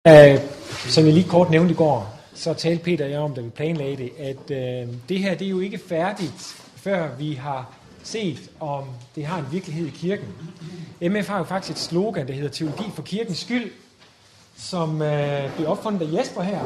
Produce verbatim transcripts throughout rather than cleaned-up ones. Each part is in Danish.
Uh, som jeg lige kort nævnte i går, så talte Peter og jeg om, da vi planlagde det, at uh, det her det er jo ikke færdigt, før vi har set, om det har en virkelighed i kirken. M F har jo faktisk et slogan, der hedder Teologi for kirkens skyld, som uh, blev opfundet af Jesper her.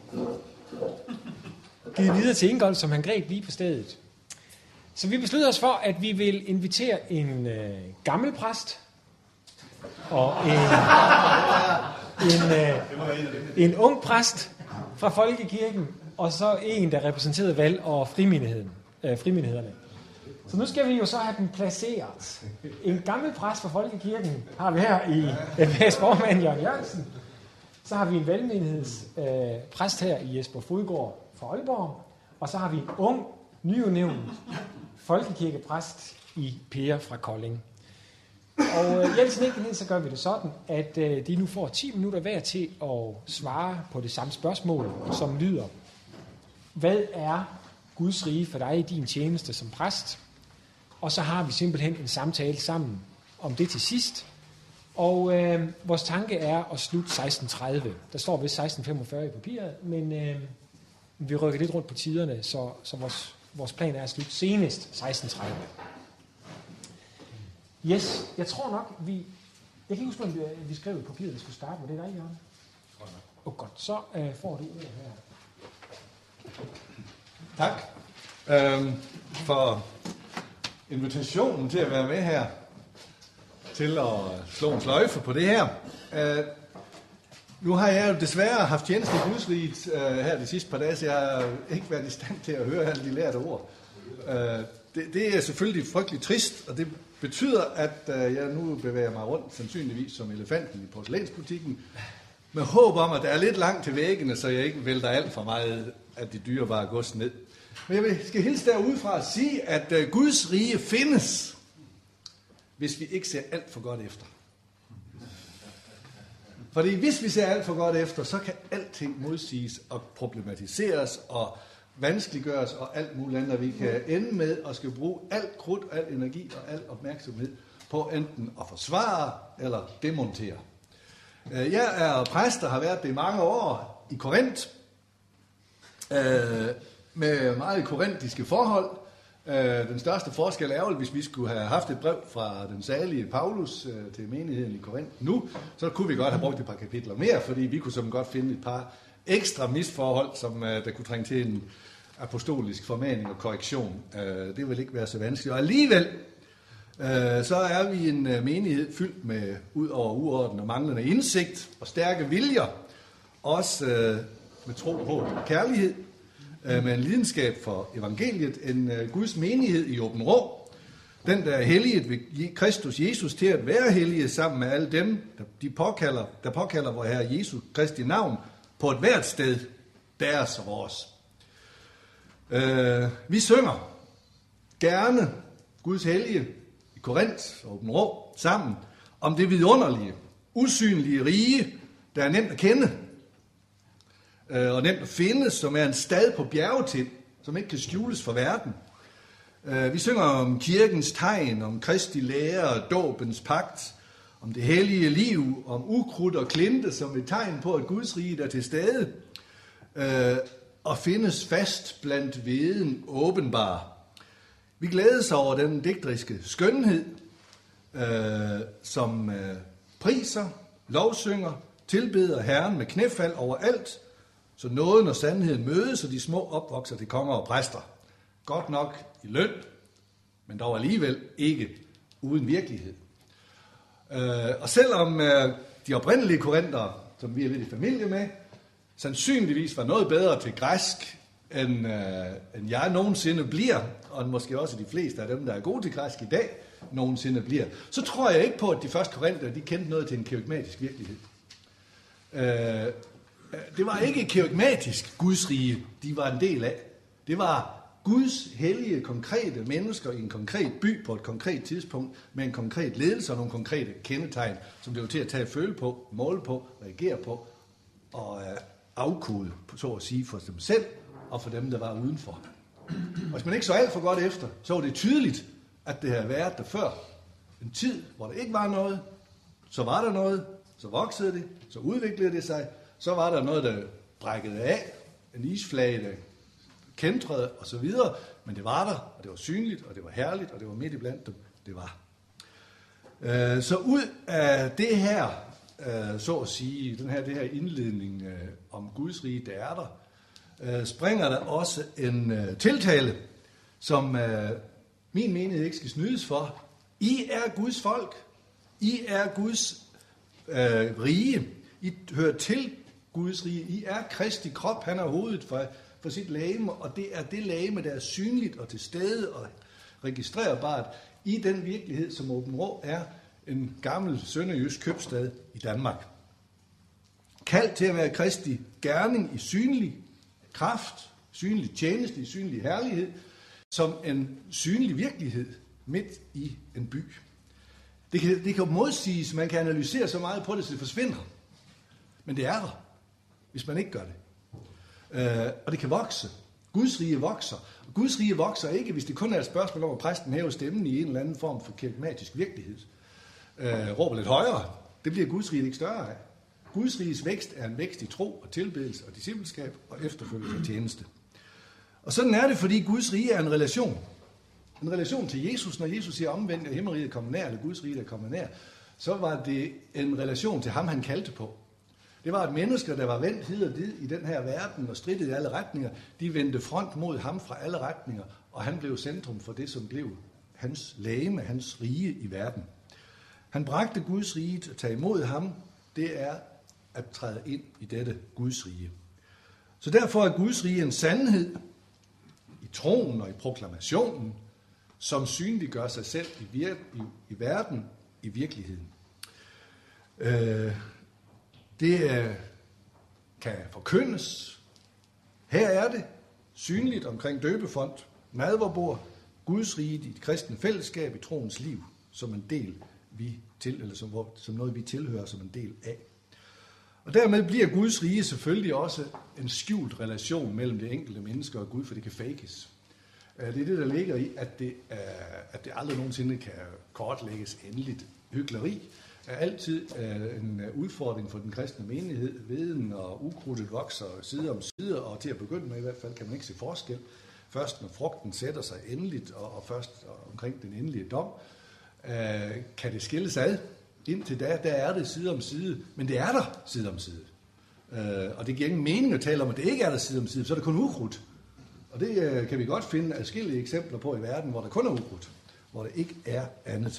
Givet videre til Ingolf, som han greb lige på stedet. Så vi besluttede os for, at vi vil invitere en uh, gammel præst og en... En, øh, en ung præst fra Folkekirken, og så en, der repræsenterede valg og frimenigheden, øh, frimenighederne. Så nu skal vi jo så have den placeret. En gammel præst fra Folkekirken har vi her i F A's formand, Jørgen Jørgensen. Så har vi en valgmenigheds øh, præst her i Jesper Fodgaard fra Aalborg. Og så har vi en ung, nyudnævnt folkekirkepræst i Per fra Kolding. Og øh, i al sin enkelhed, så gør vi det sådan, at øh, de nu får ti minutter hver til at svare på det samme spørgsmål, som lyder: hvad er Guds rige for dig i din tjeneste som præst? Og så har vi simpelthen en samtale sammen om det til sidst. Og øh, vores tanke er at slutte seksten tredive. Der står vist seksten femogfyrre i papiret, men øh, vi rykker lidt rundt på tiderne, så, så vores, vores plan er at slutte senest seksten tredive. Yes, jeg tror nok, vi... Jeg kan ikke huske, om vi skrev i papiret, at vi skulle starte med det, der ikke, Jørgen? Åh, oh, godt. Så uh, får du ordet her. Tak øhm, for invitationen til at være med her, til at slå en sløjfe på det her. Uh, nu har jeg jo desværre haft tjeneste i Gudsriget uh, her de sidste par dage, så jeg har ikke været i stand til at høre alle de lærte ord. Uh, det, det er selvfølgelig frygteligt trist, og det betyder, at øh, jeg nu bevæger mig rundt, sandsynligvis som elefanten i porcelænsbutikken, med håb om, at der er lidt langt til væggene, så jeg ikke vælter alt for meget af de dyrebare gods ned. Men jeg vil, skal hilse derudefra at sige, at øh, Guds rige findes, hvis vi ikke ser alt for godt efter. Fordi hvis vi ser alt for godt efter, så kan alting modsiges og problematiseres og vanskeliggøres og alt muligt andet, vi kan ende med at skal bruge alt krudt, al energi og al opmærksomhed på enten at forsvare eller demontere. Jeg er præst og har været det i mange år i Korinth, med meget korintiske forhold. Den største forskel er jo, hvis vi skulle have haft et brev fra den salige Paulus til menigheden i Korinth nu, så kunne vi godt have brugt et par kapitler mere, fordi vi kunne som godt finde et par ekstra misforhold, som der kunne trænge til en apostolisk formaning og korrektion. Det vil ikke være så vanskeligt. Og alligevel, så er vi en menighed fyldt med ud over uorden og manglende indsigt og stærke viljer, også med tro, håb og kærlighed, med en lidenskab for evangeliet, en Guds menighed i åben rå, den der er helliget ved Kristus Jesus til at være hellige sammen med alle dem, der, de påkalder, der påkalder vor Herre Jesus Kristi navn, på et hvert sted, deres og vores. Øh, vi synger gerne Guds hellige i Korinth og Åben Rå sammen om det vidunderlige, usynlige rige, der er nemt at kende øh, og nemt at finde, som er en stad på bjergetind, som ikke kan skjules for verden. Øh, vi synger om kirkens tegn, om Kristi lære og dåbens pagt, om det hellige liv, om ukrudt og klinte som et tegn på, at Guds rige er til stede, øh, og findes fast blandt veden åbenbar. Vi glædes over den digteriske skønhed, øh, som øh, priser, lovsynger, tilbeder Herren med knæfald overalt, så nåden og sandheden mødes, og de små opvokser til konger og præster. Godt nok i løn, men dog alligevel ikke uden virkelighed. Øh, og selvom øh, de oprindelige korintere, som vi er lidt i familie med, sandsynligvis var noget bedre til græsk, end, øh, end jeg nogensinde bliver, og måske også de fleste af dem, der er gode til græsk i dag, nogensinde bliver, så tror jeg ikke på, at de første korintere, de kendte noget til en kerygmatisk virkelighed. Øh, det var ikke kerygmatisk Guds rige, de var en del af. Det var Guds hellige, konkrete mennesker i en konkret by på et konkret tidspunkt, med en konkret ledelse og nogle konkrete kendetegn, som det var til at tage føle på, måle på, reagere på og øh, afkode, så at sige, for dem selv og for dem, der var udenfor. Og hvis man ikke så alt for godt efter, så var det tydeligt, at det havde været der før. En tid, hvor der ikke var noget, så var der noget, så voksede det, så udviklede det sig, så var der noget, der brækkede af, en isflage, der kæntrede og så videre, men det var der, og det var synligt, og det var herligt, og det var midt i blandt dem, det var. Så ud af det her, så at sige, den her, det her indledning om Guds rige, det er der, springer der også en tiltale, som min menighed ikke skal snydes for. I er Guds folk. I er Guds øh, rige. I hører til Guds rige. I er Kristi krop. Han er hovedet for, for sit legeme, og det er det legeme, der er synligt og til stede og registrerbart i den virkelighed, som Åben Rå er en gammel sønderjysk købstad i Danmark. Kaldt til at være Kristi gerning i synlig kraft, synlig tjeneste, i synlig herlighed, som en synlig virkelighed midt i en by. Det kan, det kan modsiges, man kan analysere så meget på det, så det forsvinder. Men det er der, hvis man ikke gør det. Øh, og det kan vokse. Guds rige vokser. Og Guds rige vokser ikke, hvis det kun er et spørgsmål om, at præsten hæver stemmen i en eller anden form for karismatisk virkelighed. Øh, råber lidt højere. Det bliver Guds rige ikke større af. Guds riges vækst er en vækst i tro og tilbedelse og discipleskab og efterfølgelse og tjeneste. Og sådan er det, fordi Guds rige er en relation. En relation til Jesus. Når Jesus siger omvendt, at himmeriget kommer nær, eller Guds rige er kommet nær, så var det en relation til ham, han kaldte på. Det var, at mennesker, der var vendt hid og did i den her verden og strittede i alle retninger, de vendte front mod ham fra alle retninger, og han blev centrum for det, som blev hans legeme, hans rige i verden. Han bragte Guds rige at tage imod ham. Det er at træde ind i dette Guds rige. Så derfor er Guds rige en sandhed i troen og i proklamationen, som synliggør sig selv i, vir- i, i verden, i virkeligheden. Øh, det øh, kan forkyndes. Her er det synligt omkring døbefond, nadverbord, Guds rige i et kristne fællesskab, i troens liv, som en del vi til, eller som, som noget vi tilhører som en del af. Og dermed bliver Guds rige selvfølgelig også en skjult relation mellem det enkelte menneske og Gud, for det kan fakes. Det er det, der ligger i, at det, at det aldrig nogensinde kan kortlægges endeligt. Hykleri er altid en udfordring for den kristne menighed. Viden og ukrudtet vokser side om side, og til at begynde med i hvert fald kan man ikke se forskel. Først når frugten sætter sig endeligt, og først omkring den endelige dom, kan det skilles ad. Indtil da, der er det side om side, men det er der side om side. Og det giver ingen mening at tale om, at det ikke er der side om side, så er det kun ukrudt. Og det øh, kan vi godt finde adskillige eksempler på i verden, hvor der kun er ukrudt, hvor der ikke er andet.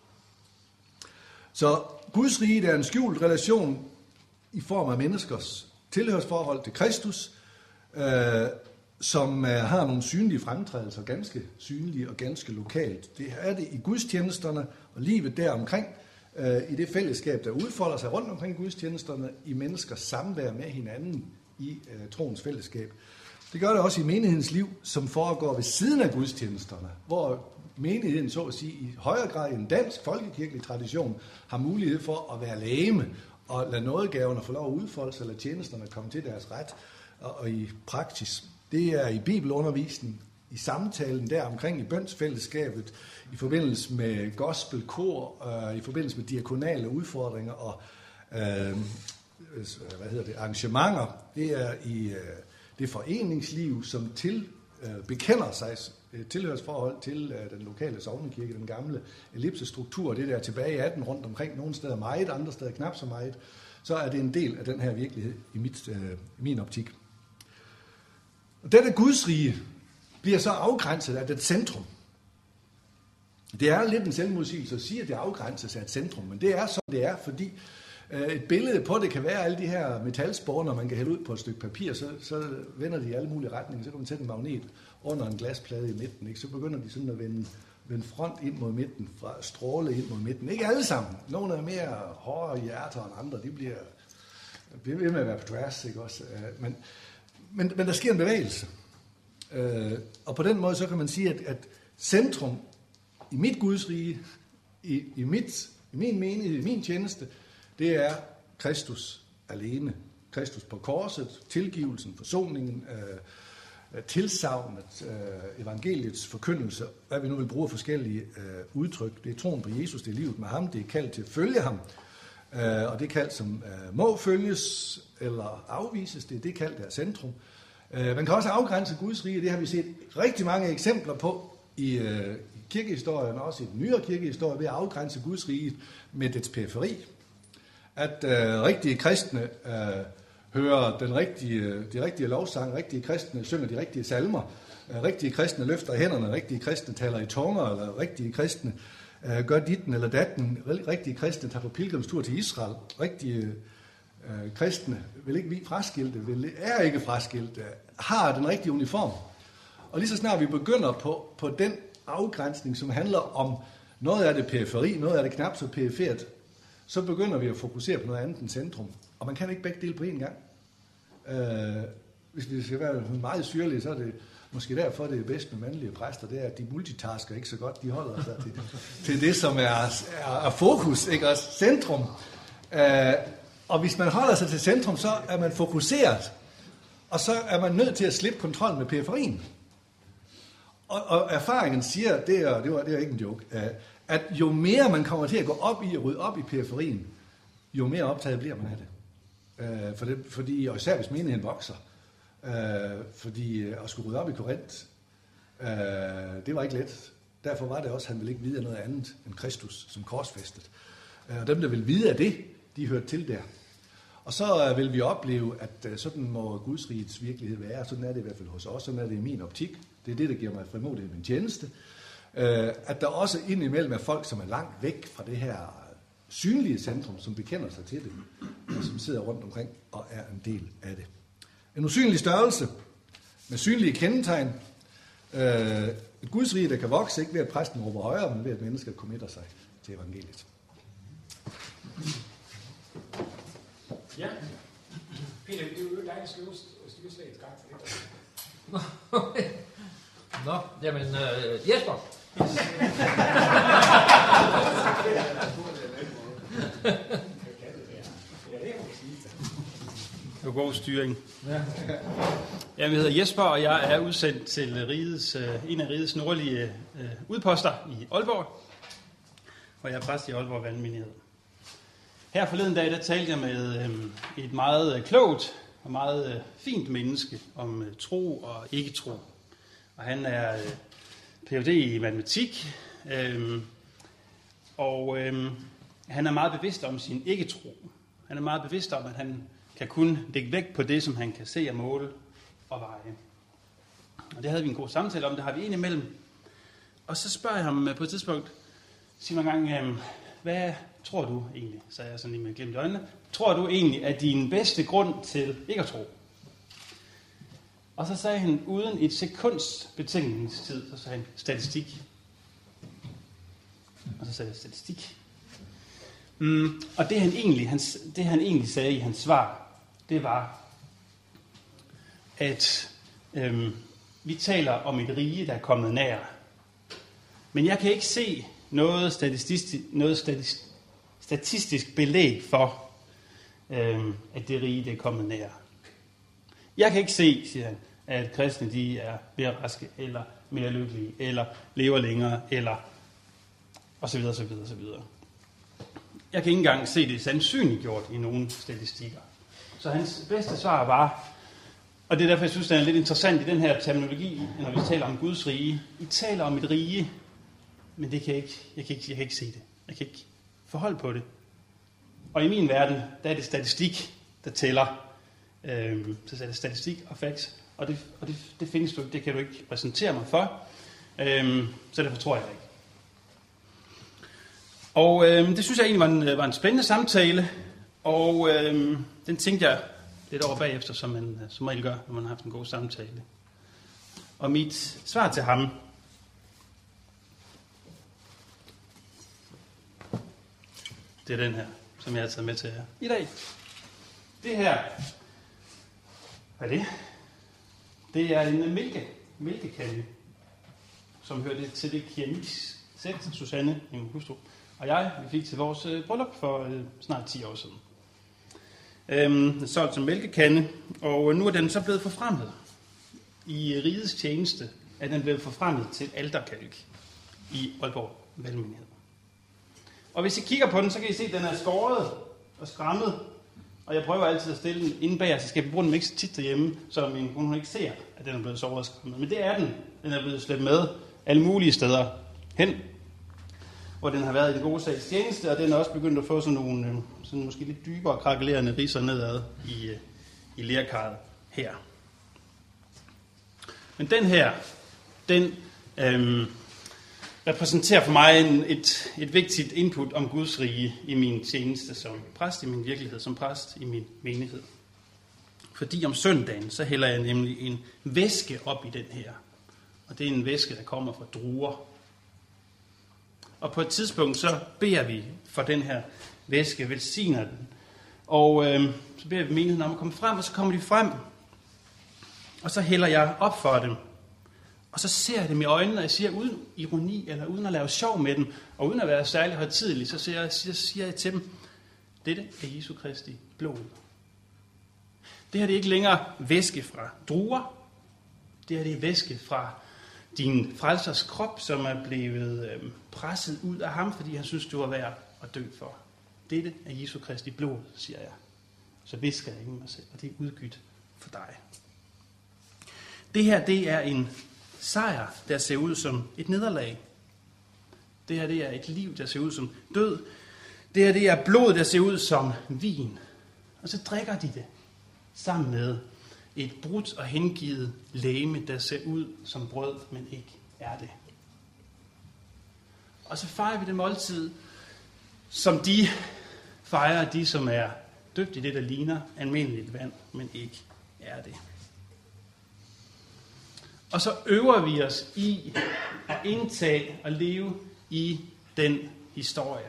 Så Guds rige er en skjult relation i form af menneskers tilhørsforhold til Kristus, øh, som øh, har nogle synlige fremtrædelser, ganske synlige og ganske lokalt. Det er det i gudstjenesterne og livet deromkring, øh, i det fællesskab, der udfolder sig rundt omkring gudstjenesterne, i menneskers samvær med hinanden i øh, troens fællesskab. Det gør det også i menighedens liv, som foregår ved siden af gudstjenesterne, hvor menigheden, så at sige, i højere grad i en dansk folkekirkelig tradition, har mulighed for at være legeme og lade nådegaverne få lov at udfolde sig, eller tjenesterne komme til deres ret og, og i praksis. Det er i bibelundervisning, i samtalen der omkring i bønsfællesskabet, i forbindelse med gospelkor, øh, i forbindelse med diakonale udfordringer og øh, hvad hedder det, arrangementer. Det er i øh, det foreningsliv, som til, øh, bekender sig øh, tilhørsforhold til øh, den lokale sognekirke, den gamle ellipsestruktur, det der tilbage i atten rundt omkring, nogle steder meget, andre steder knap så meget, så er det en del af den her virkelighed i, mit, øh, i min optik. Og dette Guds rige bliver så afgrænset af det centrum. Det er lidt en selvmodsigelse at sige, at det afgrænses af et centrum, men det er som det er, fordi et billede på det kan være alle de her metalspåner, man kan hælde ud på et stykke papir, så, så vender de i alle mulige retninger. Så kan man sætte en magnet under en glasplade i midten, ikke? Så begynder de sådan at vende, vende front ind mod midten, fra stråle ind mod midten. Ikke alle sammen. Nogle er mere hårde hjerter end andre, de bliver, bliver ved med at være på tværs, ikke også? Men, men, men der sker en bevægelse. Og på den måde så kan man sige, at, at centrum i mit Guds rige, i, i, mit, i min menighed, i min tjeneste, det er Kristus alene. Kristus på korset, tilgivelsen, forsoningen, øh, tilsagnet, øh, evangeliets forkyndelse, hvad vi nu vil bruge forskellige øh, udtryk. Det er troen på Jesus, det er livet med ham, det er kaldt til at følge ham. øh, og det kald, som øh, må følges eller afvises, det er det kald, der er centrum. Øh, man kan også afgrænse Guds rige, det har vi set rigtig mange eksempler på i, øh, i kirkehistorien, også i den nyere kirkehistorie, ved at afgrænse Guds rige med dets periferi. At øh, rigtige kristne øh, hører den rigtige, de rigtige lovsang, rigtige kristne synger de rigtige salmer, øh, rigtige kristne løfter hænderne, rigtige kristne taler i tunger, eller rigtige kristne øh, gør ditten eller datten, rigtige kristne tager på pilgrimstur til Israel, rigtige øh, kristne vil ikke vi fraskilte, vil, er ikke fraskilte, har den rigtige uniform. Og lige så snart vi begynder på, på den afgrænsning, som handler om noget af det periferi, noget af det knap så perifert, så begynder vi at fokusere på noget andet end centrum. Og man kan ikke begge dele på én gang. Øh, hvis vi skal være meget syrlige, så er det måske derfor, det er bedst med mandlige præster, det er, at de multitasker ikke så godt. De holder sig til, til det, som er, er, er fokus, ikke også centrum. Øh, og hvis man holder sig til centrum, så er man fokuseret. Og så er man nødt til at slippe kontrollen med periferien. Og, og erfaringen siger, det er, det, var, det er ikke en joke, at jo mere man kommer til at gå op i og rydde op i periferien, jo mere optaget bliver man af det. Øh, for det fordi, og især hvis menigheden vokser, øh, fordi at skulle rydde op i Korinth, øh, det var ikke let. Derfor var det også, at han ville ikke vide af noget andet end Kristus som korsfæstet. Og dem, der vil vide af det, de hørte til der. Og så vil vi opleve, at sådan må Guds rigets virkelighed være. Sådan er det i hvert fald hos os, sådan er det i min optik. Det er det, der giver mig frimodighed i min tjeneste. At der også indimellem er folk, som er langt væk fra det her synlige centrum, som bekender sig til det, og som sidder rundt omkring og er en del af det. En usynlig størrelse med synlige kendetegn. Et Guds rige, der kan vokse, ikke ved at præsten råber højere, men ved at mennesker committer sig til evangeliet. Ja. Peter, det er jo dig, der skal styre et gang for det. Nå, jamen øh, Jesper. Det var god styring. Ja. Jeg hedder Jesper, og jeg er udsendt til rigets, en af rigets nordlige øh, udposter i Aalborg. Og jeg er præst i Aalborg Valgmenighed. Her forleden dag, der talte jeg med øh, et meget klogt og meget øh, fint menneske om øh, tro og ikke-tro. Og han er øh, P H D i matematik, øh, og øh, han er meget bevidst om sin ikke-tro. Han er meget bevidst om, at han kan kun lægge vægt på det, som han kan se og måle og veje. Og det havde vi en god samtale om, det har vi en imellem. Og så spørger jeg ham på et tidspunkt, sig mig en gang, øh, hvad tror du egentlig, sagde jeg sådan lige med glimt i øjnene, tror du egentlig, at din bedste grund til ikke at tro? Og så sagde han, uden et sekunds betænkningstid, så sagde han, statistik. Og så sagde jeg, statistik. Mm, og det han, egentlig, han, det han egentlig sagde i hans svar, det var, at øhm, vi taler om et rige, der er kommet nær. Men jeg kan ikke se noget statistisk, noget statistisk, statistisk belæg for, øhm, at det rige det er kommet nær. Jeg kan ikke se, siger han, at kristne de er mere raske, eller mere lykkelige, eller lever længere, eller og så videre, så videre, så videre. Jeg kan ikke engang se det sandsynliggjort i nogle statistikker. Så hans bedste svar var, og det er derfor, jeg synes, det er lidt interessant i den her terminologi, når vi taler om Guds rige. I taler om et rige, men det kan jeg, ikke, jeg, kan ikke, jeg kan ikke se det. Jeg kan ikke forholde på det. Og i min verden, der er det statistik, der tæller. Øhm, så er det statistik og facts, og det, og det, det findes du, det kan du ikke præsentere mig for. Øhm, så derfor tror jeg det ikke. Og øhm, det synes jeg egentlig var en, var en spændende samtale, og øhm, den tænkte jeg lidt over bagefter, som man som regel gør, når man har haft en god samtale. Og mit svar til ham, det er den her, som jeg har taget med til jer i dag. Det her, hvad er det? Det er en mælke, mælkekande, som hører det til det keramiksæt, Susanne, min hustru, og jeg, vi fik til vores øh, bryllup for øh, snart ti år siden. Øhm, den solgt som mælkekande, og nu er den så blevet forfremmet. I rigets tjeneste er den blevet forfremmet til alterkalk i Aalborg Valgmenighed. Og hvis I kigger på den, så kan I se, at den er skåret og skrammet. Og jeg prøver altid at stille den inde bag, så skal jeg bruge den ikke så tit derhjemme, så min kone ikke ser, at den er blevet såret og skrammet. Men det er den. Den er blevet slæbt med alle mulige steder hen, hvor den har været i den gode sags tjeneste, og den er også begyndt at få sådan nogle øh, sådan måske lidt dybere krakelerende ridser nedad i, øh, i lerkarret her. Men den her, den øh, repræsenterer for mig en, et, et vigtigt input om Guds rige i min tjeneste som præst, i min virkelighed som præst, i min menighed. Fordi om søndagen, så hælder jeg nemlig en væske op i den her. Og det er en væske, der kommer fra druer. Og på et tidspunkt, så beder vi for den her væske, velsigner den. Og øh, så beder vi menigheden om at komme frem, og så kommer de frem. Og så hælder jeg op for dem. Og så ser jeg dem i øjnene, og jeg siger uden ironi, eller uden at lave sjov med dem, og uden at være særlig højtidelig, så siger jeg, siger, siger jeg til dem, dette er Jesu Kristi blod. Det her det er ikke længere væske fra druer. Det her det er væske fra din frelsers krop, som er blevet øh, presset ud af ham, fordi han synes, du var værd at dø for. Dette er Jesu Kristi blod, siger jeg. Så visker jeg ikke mig selv, og det er udgydt for dig. Det her det er en sejr, der ser ud som et nederlag. Det her det er et liv, der ser ud som død. Det her det er blod, der ser ud som vin. Og så drikker de det sammen med et brudt og hengivet legeme, der ser ud som brød, men ikke er det. Og så fejrer vi det måltid, som de fejrer, de som er døbt i det, der ligner almindeligt vand, men ikke er det. Og så øver vi os i at indtage og leve i den historie.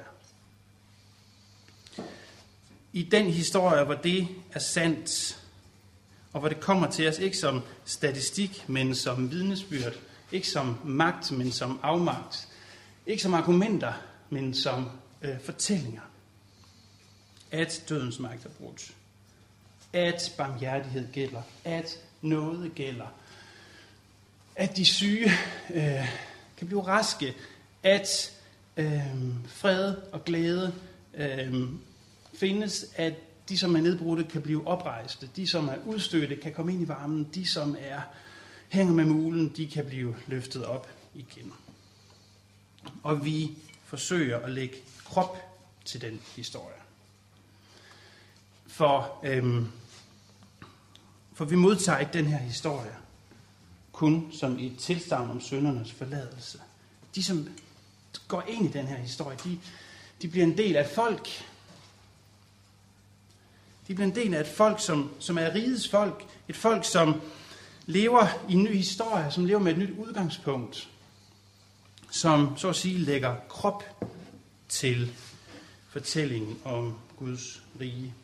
I den historie, hvor det er sandt, og hvor det kommer til os ikke som statistik, men som vidnesbyrd, ikke som magt, men som afmagt, ikke som argumenter, men som øh, fortællinger. At dødens magt er brudt, at barmhjertighed gælder, at nåde gælder, at de syge øh, kan blive raske, at øh, fred og glæde øh, findes, at de, som er nedbrudte, kan blive oprejste, de, som er udstødte, kan komme ind i varmen, de, som er hænger med mulen, de kan blive løftet op igen. Og vi forsøger at lægge krop til den historie. For, øhm, for vi modtager ikke den her historie kun som et tilsagn om syndernes forladelse. De, som går ind i den her historie, de, de bliver en del af et folk. De bliver en del af et folk, som, som er rigets folk. Et folk, som lever i en ny historie, som lever med et nyt udgangspunkt. Som, så at sige, lægger krop til fortællingen om Guds rige.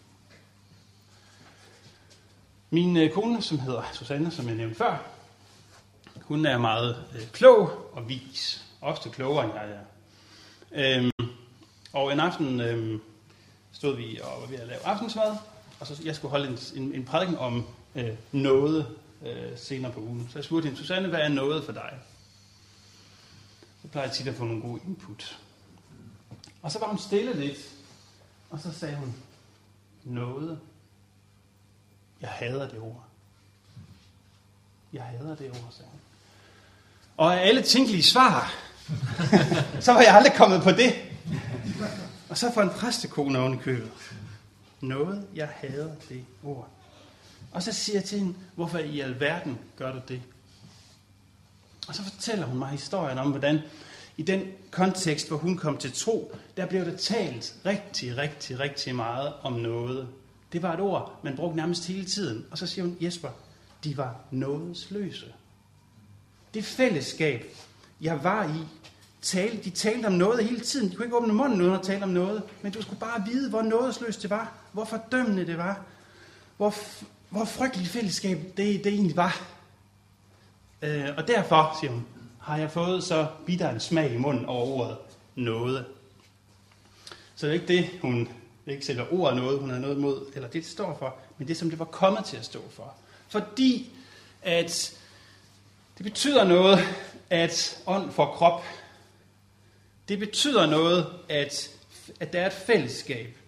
Min kone, som hedder Susanne, som jeg nævnte før, hun er meget øh, klog og vis. Ofte klogere, end jeg er. Øhm, og en aften øhm, stod vi og var ved at lave aftensmad, og så jeg skulle holde en, en, en prædiken om øh, nåde øh, senere på ugen. Så jeg spurgte hende, Susanne, hvad er nåde for dig? Så plejer jeg tit at få nogle gode input. Og så var hun stille lidt, og så sagde hun, nåde. Jeg hader det ord. Jeg hader det ord, sagde hun. Og af alle tænkelige svar, så var jeg aldrig kommet på det. Og så får en præstekone oven i købet. Noget, jeg hader det ord. Og så siger jeg til hende, hvorfor i alverden gør du det? Og så fortæller hun mig historien om, hvordan i den kontekst, hvor hun kom til tro, der blev der talt rigtig, rigtig, rigtig meget om noget. Det var et ord, man brugte nærmest hele tiden. Og så siger hun, Jesper, de var nådesløse. Det fællesskab, jeg var i, tale, de talte om noget hele tiden. De kunne ikke åbne munden uden at tale om noget. Men du skulle bare vide, hvor nådesløst det var. Hvor fordømmende det var. Hvor, hvor frygteligt fællesskab det, det egentlig var. Øh, og derfor, siger hun, har jeg fået så bitter en smag i munden over ordet nåde. Så det er ikke det, hun det er ikke selve ordet noget, hun har noget imod, eller det, det står for, men det, som det var kommet til at stå for. Fordi at det betyder noget, at ånd får krop. Det betyder noget, at, at der er et fællesskab,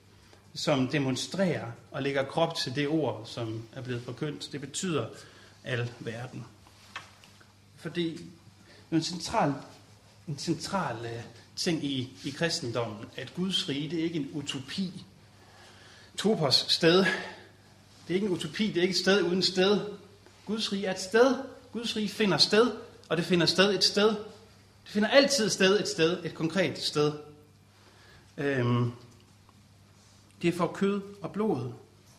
som demonstrerer og lægger krop til det ord, som er blevet forkyndt. Det betyder al verden. Fordi det er en central, en central uh, ting i, i kristendommen, at Guds rige, det er ikke en utopi. Topos sted, det er ikke en utopi, det er ikke et sted uden sted. Guds rige er et sted. Guds rige finder sted, og det finder sted et sted. Det finder altid sted et sted, et konkret sted. Øhm, det er for kød og blod.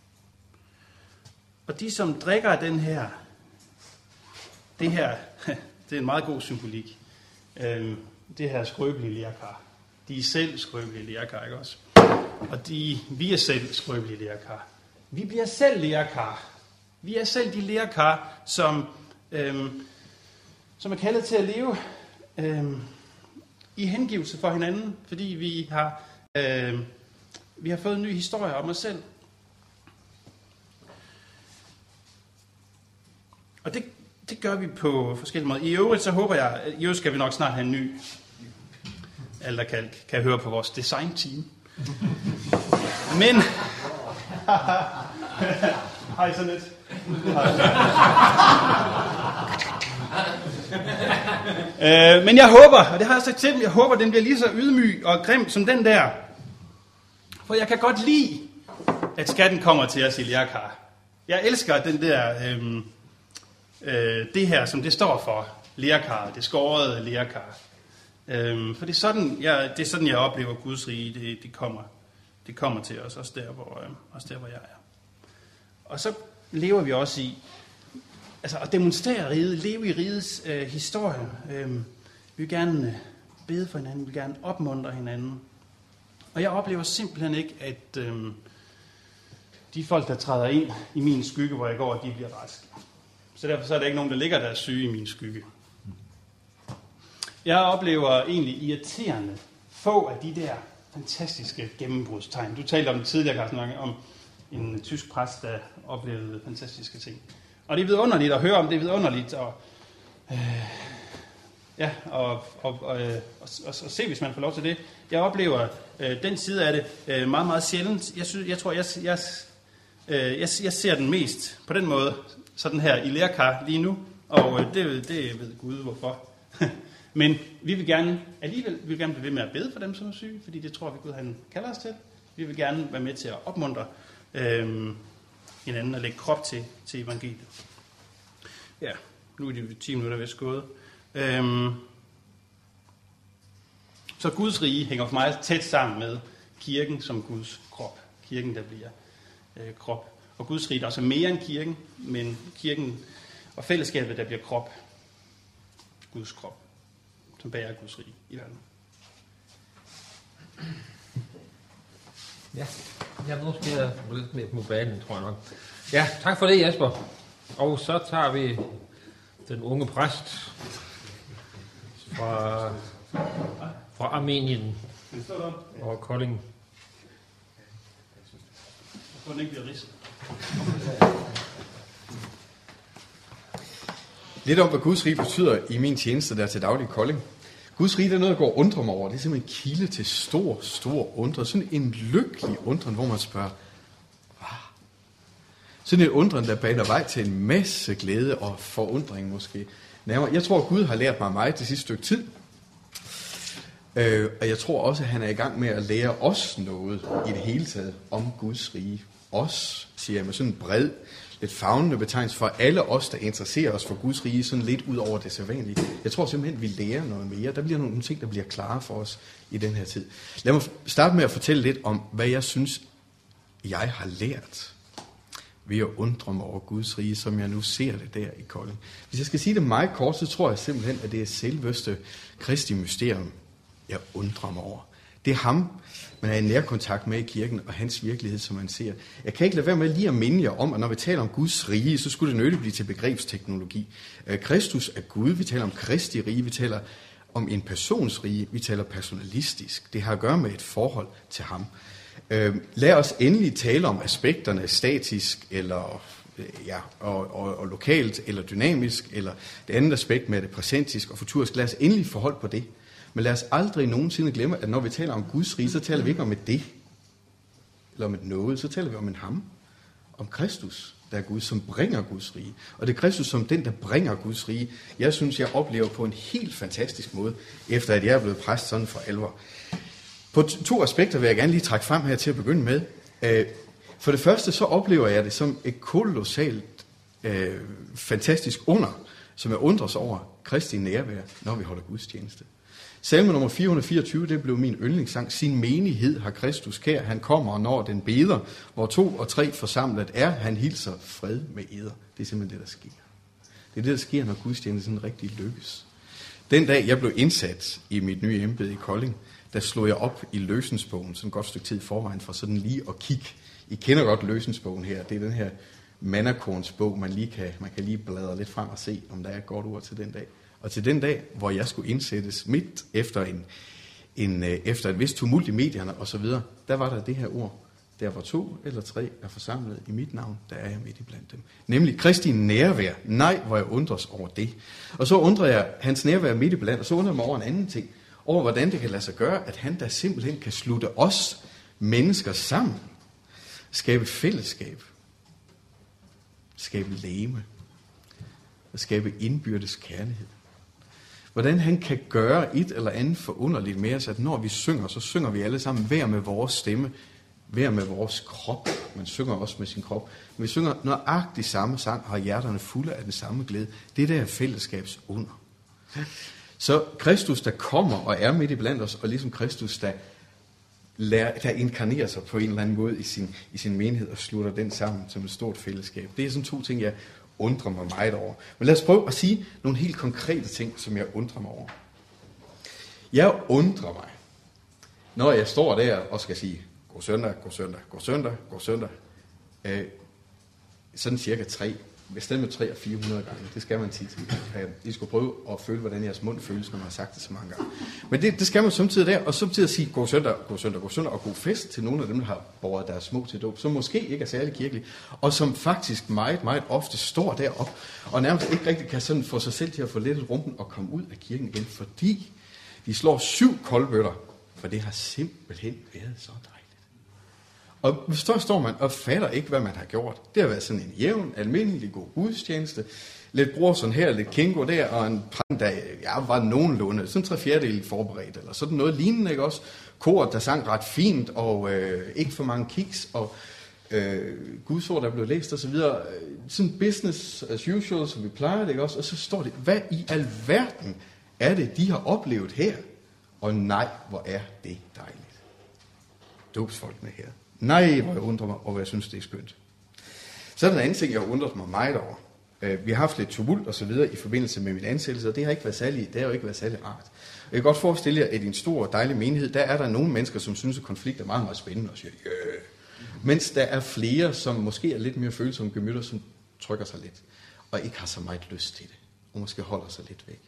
Og de, som drikker den her, det her, det er en meget god symbolik. Øhm, det her skrøbelige lerkar. De er selv skrøbelige lerkar, ikke også? Og de, vi er selv skrøbelige lerkar. Vi bliver selv lerkar. Vi er selv de lerkar, som, øhm, som er kaldet til at leve øhm, i hengivelse for hinanden, fordi vi har, øhm, vi har fået en ny historie om os selv. Og det, det gør vi på forskellige måder. I øvrigt så håber jeg, i øvrigt skal vi nok snart have en ny, alle der kan, kan høre på vores design-team. Men, har I sådan lidt? øh, men jeg håber, og det har jeg sagt til dem, jeg håber, den bliver lige så ydmyg og grim som den der. For jeg kan godt lide, at skatten kommer til os i lærkar. Jeg elsker den der, øhm, øh, det her, som det står for, lærkar, det skårede lærkar. Øhm, for det er, sådan, jeg, det er sådan, jeg oplever Guds rige, det, det, kommer, det kommer til os, også der, hvor, øh, også der, hvor jeg er. Og så lever vi også i, altså at demonstrere riget, leve i rigets øh, historie. Øh, vi vil gerne øh, bede for hinanden, vi vil gerne opmuntre hinanden. Og jeg oplever simpelthen ikke, at øh, de folk, der træder ind i min skygge, hvor jeg går, de bliver raske. Så derfor så er der ikke nogen, der ligger der syge i min skygge. Jeg oplever egentlig irriterende få af de der fantastiske gennembrudstegn. Du talte om det tidligere, Carsten, om en tysk præst, der oplevede fantastiske ting. Og det er vidunderligt at høre om, det er vidunderligt at, øh, ja, og, og, og, og, og, og se, hvis man får lov til det. Jeg oplever øh, den side af det øh, meget, meget sjældent. Jeg, synes, jeg tror, jeg, jeg, øh, jeg, jeg ser den mest på den måde, sådan her i lærkar lige nu, og øh, det, det ved Gud hvorfor. Men vi vil gerne alligevel vi vil gerne blive ved med at bede for dem, som er syge, fordi det tror vi, Gud han kalder os til. Vi vil gerne være med til at opmuntre øhm, hinanden og lægge krop til, til evangeliet. Ja, nu er det ti minutter vist gået. Øhm, så Guds rige hænger for mig tæt sammen med kirken som Guds krop. Kirken, der bliver øh, krop. Og Guds rige er også mere end kirken, men kirken og fællesskabet, der bliver krop. Guds krop, som bærer Guds rige i verden. Ja, ja, nu skal jeg lidt med mobilen, tror jeg nok. Ja, tak for det, Jesper. Og så tager vi den unge præst fra, fra Armenien og Kolding. Jeg tror, den ikke bliver ridset. Lidt om, hvad Guds rige betyder i min tjeneste der til daglig i Kolding. Guds rige er noget, jeg går og undrer mig over. Det er simpelthen en kilde til stor, stor undren. Sådan en lykkelig undren, hvor man spørger, hvad? Sådan en undren, der baner vej til en masse glæde og forundring måske. Nærmere. Jeg tror, Gud har lært mig meget det sidste stykke tid. Øh, og jeg tror også, at han er i gang med at lære os noget i det hele taget om Guds rige. Os, siger jeg med sådan en bred, lidt favnende betegnelse for alle os, der interesserer os for Guds rige, sådan lidt ud over det sædvanlige. Jeg tror simpelthen, at vi lærer noget mere. Der bliver nogle ting, der bliver klare for os i den her tid. Lad mig starte med at fortælle lidt om, hvad jeg synes, jeg har lært ved at undre mig over Guds rige, som jeg nu ser det der i Kolding. Hvis jeg skal sige det meget kort, så tror jeg simpelthen, at det er selveste Kristi mysterium, jeg undrer mig over. Det er ham, man er i nærkontakt med i kirken, og hans virkelighed, som man ser. Jeg kan ikke lade være med lige at minde jer om, at når vi taler om Guds rige, så skulle det nødigt blive til begrebsteknologi. Kristus er Gud, vi taler om Kristi rige, vi taler om en persons rige, vi taler personalistisk. Det har at gøre med et forhold til ham. Lad os endelig tale om aspekterne statisk, eller ja, og, og, og lokalt, eller dynamisk, eller det andet aspekt med det præsentisk og futurisk. Lad os endelig forholde på det. Men lad os aldrig nogensinde glemme, at når vi taler om Guds rige, så taler vi ikke om et det. eller om et noget, så taler vi om en ham, om Kristus, der er Gud, som bringer Guds rige. Og det er Kristus som den, der bringer Guds rige. Jeg synes, jeg oplever på en helt fantastisk måde, efter at jeg er blevet præst sådan for alvor. På to aspekter vil jeg gerne lige trække frem her til at begynde med. For det første, så oplever jeg det som et kolossalt øh, fantastisk under, som jeg undres over Kristi nærvær, når vi holder gudstjeneste. Salme nummer fire hundrede fireogtyve, det blev min yndlingssang. Sin menighed har Kristus kær, han kommer, når den beder. Hvor to og tre forsamlet er, han hilser fred med eder. Det er simpelthen det, der sker. Det er det, der sker, når gudstjenesten rigtig lykkes. Den dag, jeg blev indsat i mit nye embede i Kolding, der slog jeg op i løsensbogen, sådan et godt stykke tid i forvejen, for sådan lige at kigge. I kender godt løsensbogen her. Det er den her mannakornsbog, man lige kan, man kan lige bladre lidt frem og se, om der er et godt ord til den dag. Og til den dag, hvor jeg skulle indsættes midt efter, en, en, efter et vist tumult i medierne osv., der var der det her ord. Der hvor to eller tre er forsamlet i mit navn, der er jeg midt i blandt dem. Nemlig Kristi nærvær. Nej, hvor jeg undres over det. Og så undrer jeg hans nærvær midt i blandt, og så undrer jeg mig over en anden ting. Over hvordan det kan lade sig gøre, at han der simpelthen kan slutte os mennesker sammen. Skabe fællesskab. Skabe legeme. Og skabe indbyrdes kærlighed. Hvordan han kan gøre et eller andet forunderligt med os, at når vi synger, så synger vi alle sammen hver med vores stemme, hver med vores krop. Man synger også med sin krop. Men vi synger nøjagtigt samme sang, har hjerterne fulde af den samme glæde. Det der er fællesskabs under. Så Kristus, der kommer og er midt i blandt os, og ligesom Kristus, der, lærer, der inkarnerer sig på en eller anden måde i sin, i sin menighed og slutter den sammen som et stort fællesskab. Det er sådan to ting, jeg undrer mig meget over. Men lad os prøve at sige nogle helt konkrete ting, som jeg undrer mig over. Jeg undrer mig, når jeg står der og skal sige, god søndag, god søndag, god søndag, god søndag, øh, sådan cirka tre, bestemt med tre og fire hundrede gange. Det skal man tit. I skulle prøve at føle, hvordan jeres mund føles, når man har sagt det så mange gange. Men det, det skal man samtidig der, og samtidig sige god søndag, god søndag, god søndag, og god fest til nogle af dem, der har båret deres små til dåb, som måske ikke er særlig kirkelige, og som faktisk meget, meget ofte står deroppe, og nærmest ikke rigtig kan sådan få sig selv til at få lettet rumpen og komme ud af kirken igen, fordi de slår syv koldbøtter, for det har simpelthen været så dejligt. Og så står man og fatter ikke, hvad man har gjort. Det har været sådan en jævn, almindelig god gudstjeneste. Lidt Brorson her, lidt Kingo der, og en prædiken, der ja, var nogenlunde, sådan tre fjerdedel forberedt, eller sådan noget lignende, ikke også? Koret, der sang ret fint, og øh, ikke for mange kiks, og øh, Guds ord, der blev læst, og så videre. Sådan business as usual, som vi plejer det, ikke også? Og så står det, hvad i alverden er det, de har oplevet her? Og nej, hvor er det dejligt. Dåbsfolkene her. Nej, hvor jeg undrer mig, og hvor jeg synes, det er skønt. Så er der en anden ting, jeg har undret mig meget over. Vi har haft lidt tumult og så videre i forbindelse med min ansættelse, og det har ikke været særlig, det har jo ikke været særlig rart. Jeg kan godt forestille jer, at i en stor dejlig menighed, der er der nogle mennesker, som synes, at konflikt er meget, meget spændende og siger, yeah. Mens der er flere, som måske er lidt mere følsomme gemytter, som trykker sig lidt, og ikke har så meget lyst til det, og måske holder sig lidt væk.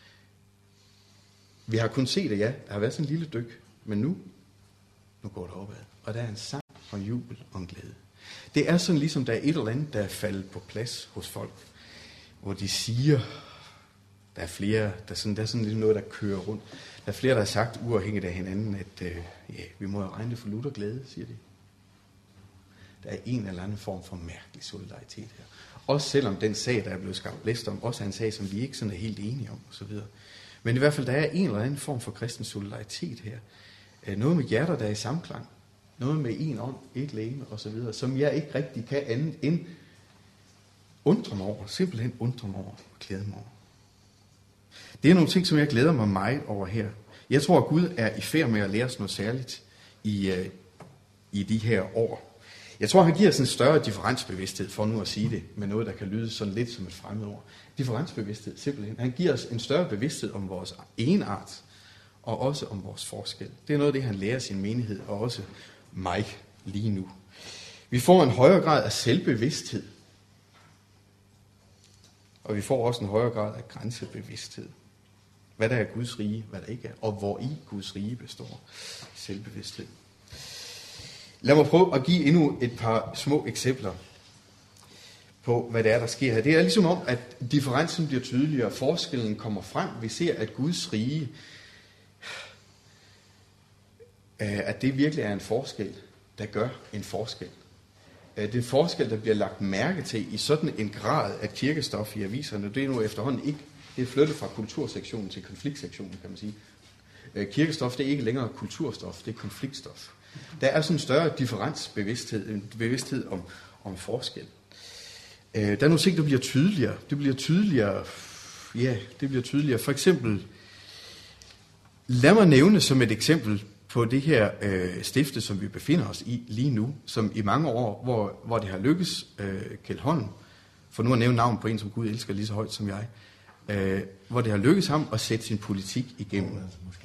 Vi har kun set det, ja, der har været sådan en lille dyk, men nu, nu går det opad. Og der er en sang og jubel og en glæde. Det er sådan ligesom, der er et eller andet, der er faldet på plads hos folk, hvor de siger, der er flere, der er sådan, der er sådan ligesom noget, der kører rundt. Der er flere, der har sagt uafhængigt af hinanden, at øh, ja, vi må regne det for lutter glæde, siger de. Der er en eller anden form for mærkelig solidaritet her. Også selvom den sag, der er blevet skabt blæst om, også er en sag, som vi ikke sådan er helt enige om, osv. Men i hvert fald, der er en eller anden form for kristen solidaritet her. Noget med hjerter, der er i samklang. Noget med en ånd, et legeme osv., som jeg ikke rigtig kan andet end undre mig over. Simpelthen undre mig over og glæde mig over. Det er nogle ting, som jeg glæder mig meget over her. Jeg tror, at Gud er i færd med at lære os noget særligt i, uh, i de her år. Jeg tror, han giver os en større differensbevidsthed, for nu at sige det, med noget, der kan lyde sådan lidt som et fremmedord. Differensbevidsthed, simpelthen. Han giver os en større bevidsthed om vores egenart, og også om vores forskel. Det er noget af det, han lærer sin menighed, og også mig lige nu. Vi får en højere grad af selvbevidsthed, og vi får også en højere grad af grænsebevidsthed. Hvad der er Guds rige, hvad der ikke er, og hvor i Guds rige består selvbevidsthed. Lad mig prøve at give endnu et par små eksempler på, hvad det er, der sker her. Det er ligesom om, at differencen bliver tydeligere, forskellen kommer frem. Vi ser, at Guds rige, at det virkelig er en forskel, der gør en forskel. Det er en forskel, der bliver lagt mærke til i sådan en grad af kirkestof i aviserne. Det er nu efterhånden ikke, det er flyttet fra kultursektionen til konfliktsektionen, kan man sige. Kirkestof, det er ikke længere kulturstof, det er konfliktstof. Der er sådan en større differensbevidsthed, en bevidsthed om, om forskel. Der er nogle ting, der bliver tydeligere. Det bliver tydeligere, ja, det bliver tydeligere. For eksempel, lad mig nævne som et eksempel på det her øh, stifte, som vi befinder os i lige nu, som i mange år, hvor, hvor det har lykkes øh, Kjeld Holm, for nu at nævne navn på en, som Gud elsker lige så højt som jeg, øh, hvor det har lykkes ham at sætte sin politik igennem.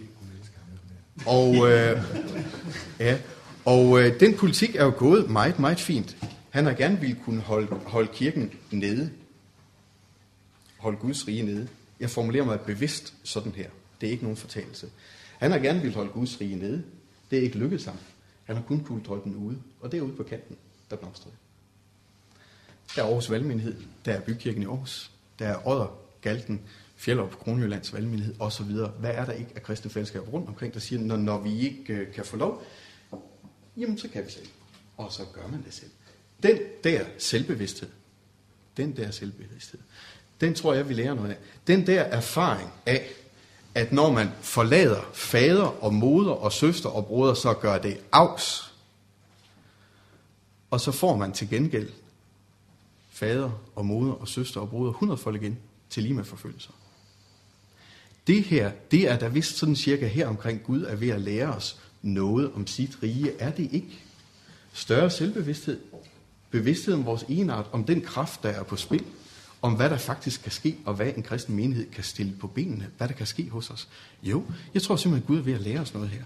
Og, øh, ja, og øh, den politik er jo gået meget, meget fint. Han har gerne ville kunne holde, holde kirken nede. Holde Guds rige nede. Jeg formulerer mig bevidst sådan her. Det er ikke nogen fortalelse. Han har gerne ville holde Guds rige nede. Det er ikke lykkedes ham. Han har kun kunnet holde den ude. Og det er ude på kanten, der blomstrer. Der er Aarhus Valgmenighed. Der er Bykirken i Aarhus. Der er Odder, Galten, Fjellerup, Kronjyllands Valgmenighed osv. Hvad er der ikke af kristne fællesskaber rundt omkring, der siger, når, når vi ikke øh, kan få lov, jamen så kan vi selv. Og så gør man det selv. Den der selvbevidsthed, den der selvbevidsthed, den tror jeg, vi lærer noget af. Den der erfaring af, at når man forlader fader og moder og søster og brødre, så gør det afs. Og så får man til gengæld fader og moder og søster og brødre hundredfold igen til lige med forfølgelser. Det her, det er da vist sådan cirka her omkring Gud er ved at lære os noget om sit rige. Er det ikke? Større selvbevidsthed, bevidsthed om vores egenart, om den kraft, der er på spil, om hvad der faktisk kan ske, og hvad en kristen menighed kan stille på benene, hvad der kan ske hos os. Jo, jeg tror simpelthen, at Gud er ved at lære os noget her.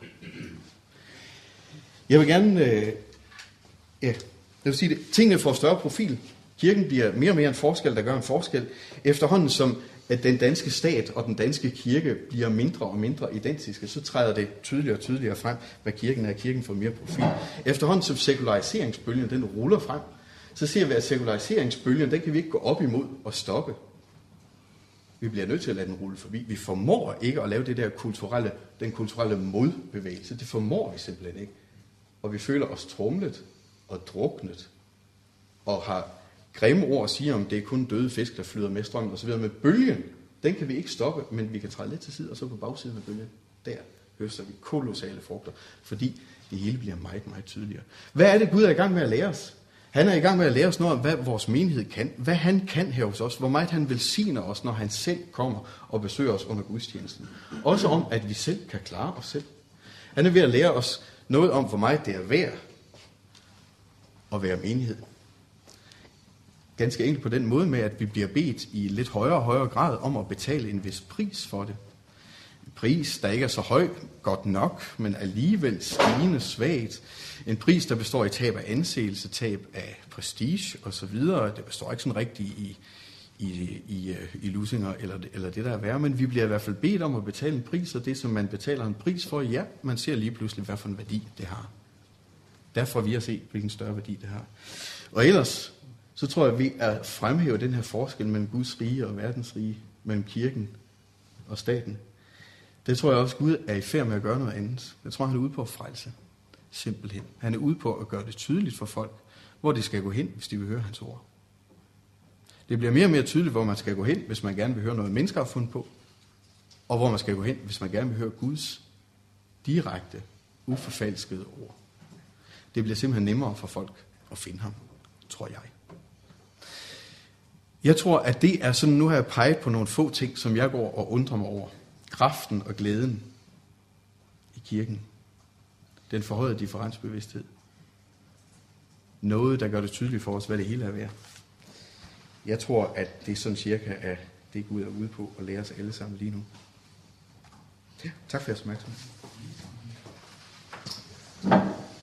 Jeg vil gerne, øh, ja, jeg vil sige det, tingene får større profil. Kirken bliver mere og mere en forskel, der gør en forskel, efterhånden som at den danske stat og den danske kirke bliver mindre og mindre identiske, så træder det tydeligere og tydeligere frem, hvad kirken er. Kirken får mere profil. Efterhånden som sekulariseringsbølgen, den ruller frem, så ser vi, at sekulariseringsbølgen, den kan vi ikke gå op imod og stoppe. Vi bliver nødt til at lade den rulle forbi. Vi formår ikke at lave det der kulturelle, den kulturelle modbevægelse. Det formår vi simpelthen ikke. Og vi føler os tromlet og druknet og har grimme ord at sige om, det er kun døde fisk, der flyder med strømmen osv. Med bølgen, den kan vi ikke stoppe, men vi kan træde lidt til side, og så på bagsiden af bølgen, der høster vi kolossale frugter, fordi det hele bliver meget, meget tydeligere. Hvad er det, Gud er i gang med at lære os? Han er i gang med at lære os noget om, hvad vores menighed kan, hvad han kan her hos os, hvor meget han velsigner os, når han selv kommer og besøger os under gudstjenesten. Også om, at vi selv kan klare os selv. Han er ved at lære os noget om, hvor meget det er værd at være menighed. Ganske enkelt på den måde med, at vi bliver bedt i lidt højere og højere grad om at betale en vis pris for det. En pris, der ikke er så høj, godt nok, men alligevel stigende svagt. En pris, der består i tab af anseelse, tab af prestige osv. Det består ikke sådan rigtigt i, i, i, i lusinger eller, eller det, der er værd, men vi bliver i hvert fald bedt om at betale en pris, og det, som man betaler en pris for, ja, man ser lige pludselig, hvad for en værdi det har. Derfor vi har set, hvilken større værdi det har. Og ellers, så tror jeg, at vi er fremhæver den her forskel mellem Guds rige og verdens rige, mellem kirken og staten. Det tror jeg også, Gud er i færd med at gøre noget andet. Jeg tror, han er ude på at frelse. Simpelthen. Han er ude på at gøre det tydeligt for folk, hvor de skal gå hen, hvis de vil høre hans ord. Det bliver mere og mere tydeligt, hvor man skal gå hen, hvis man gerne vil høre noget, mennesker har fundet på, og hvor man skal gå hen, hvis man gerne vil høre Guds direkte, uforfalskede ord. Det bliver simpelthen nemmere for folk at finde ham, tror jeg. Jeg tror, at det er sådan, nu har jeg peget på nogle få ting, som jeg går og undrer mig over. Kraften og glæden i kirken. Den forhøjede differensbevidsthed. Noget, der gør det tydeligt for os, hvad det hele er værd. Jeg tror, at det sådan cirka er det, Gud er ude på at lære os alle sammen lige nu. Ja, tak for jeres opmærksomhed.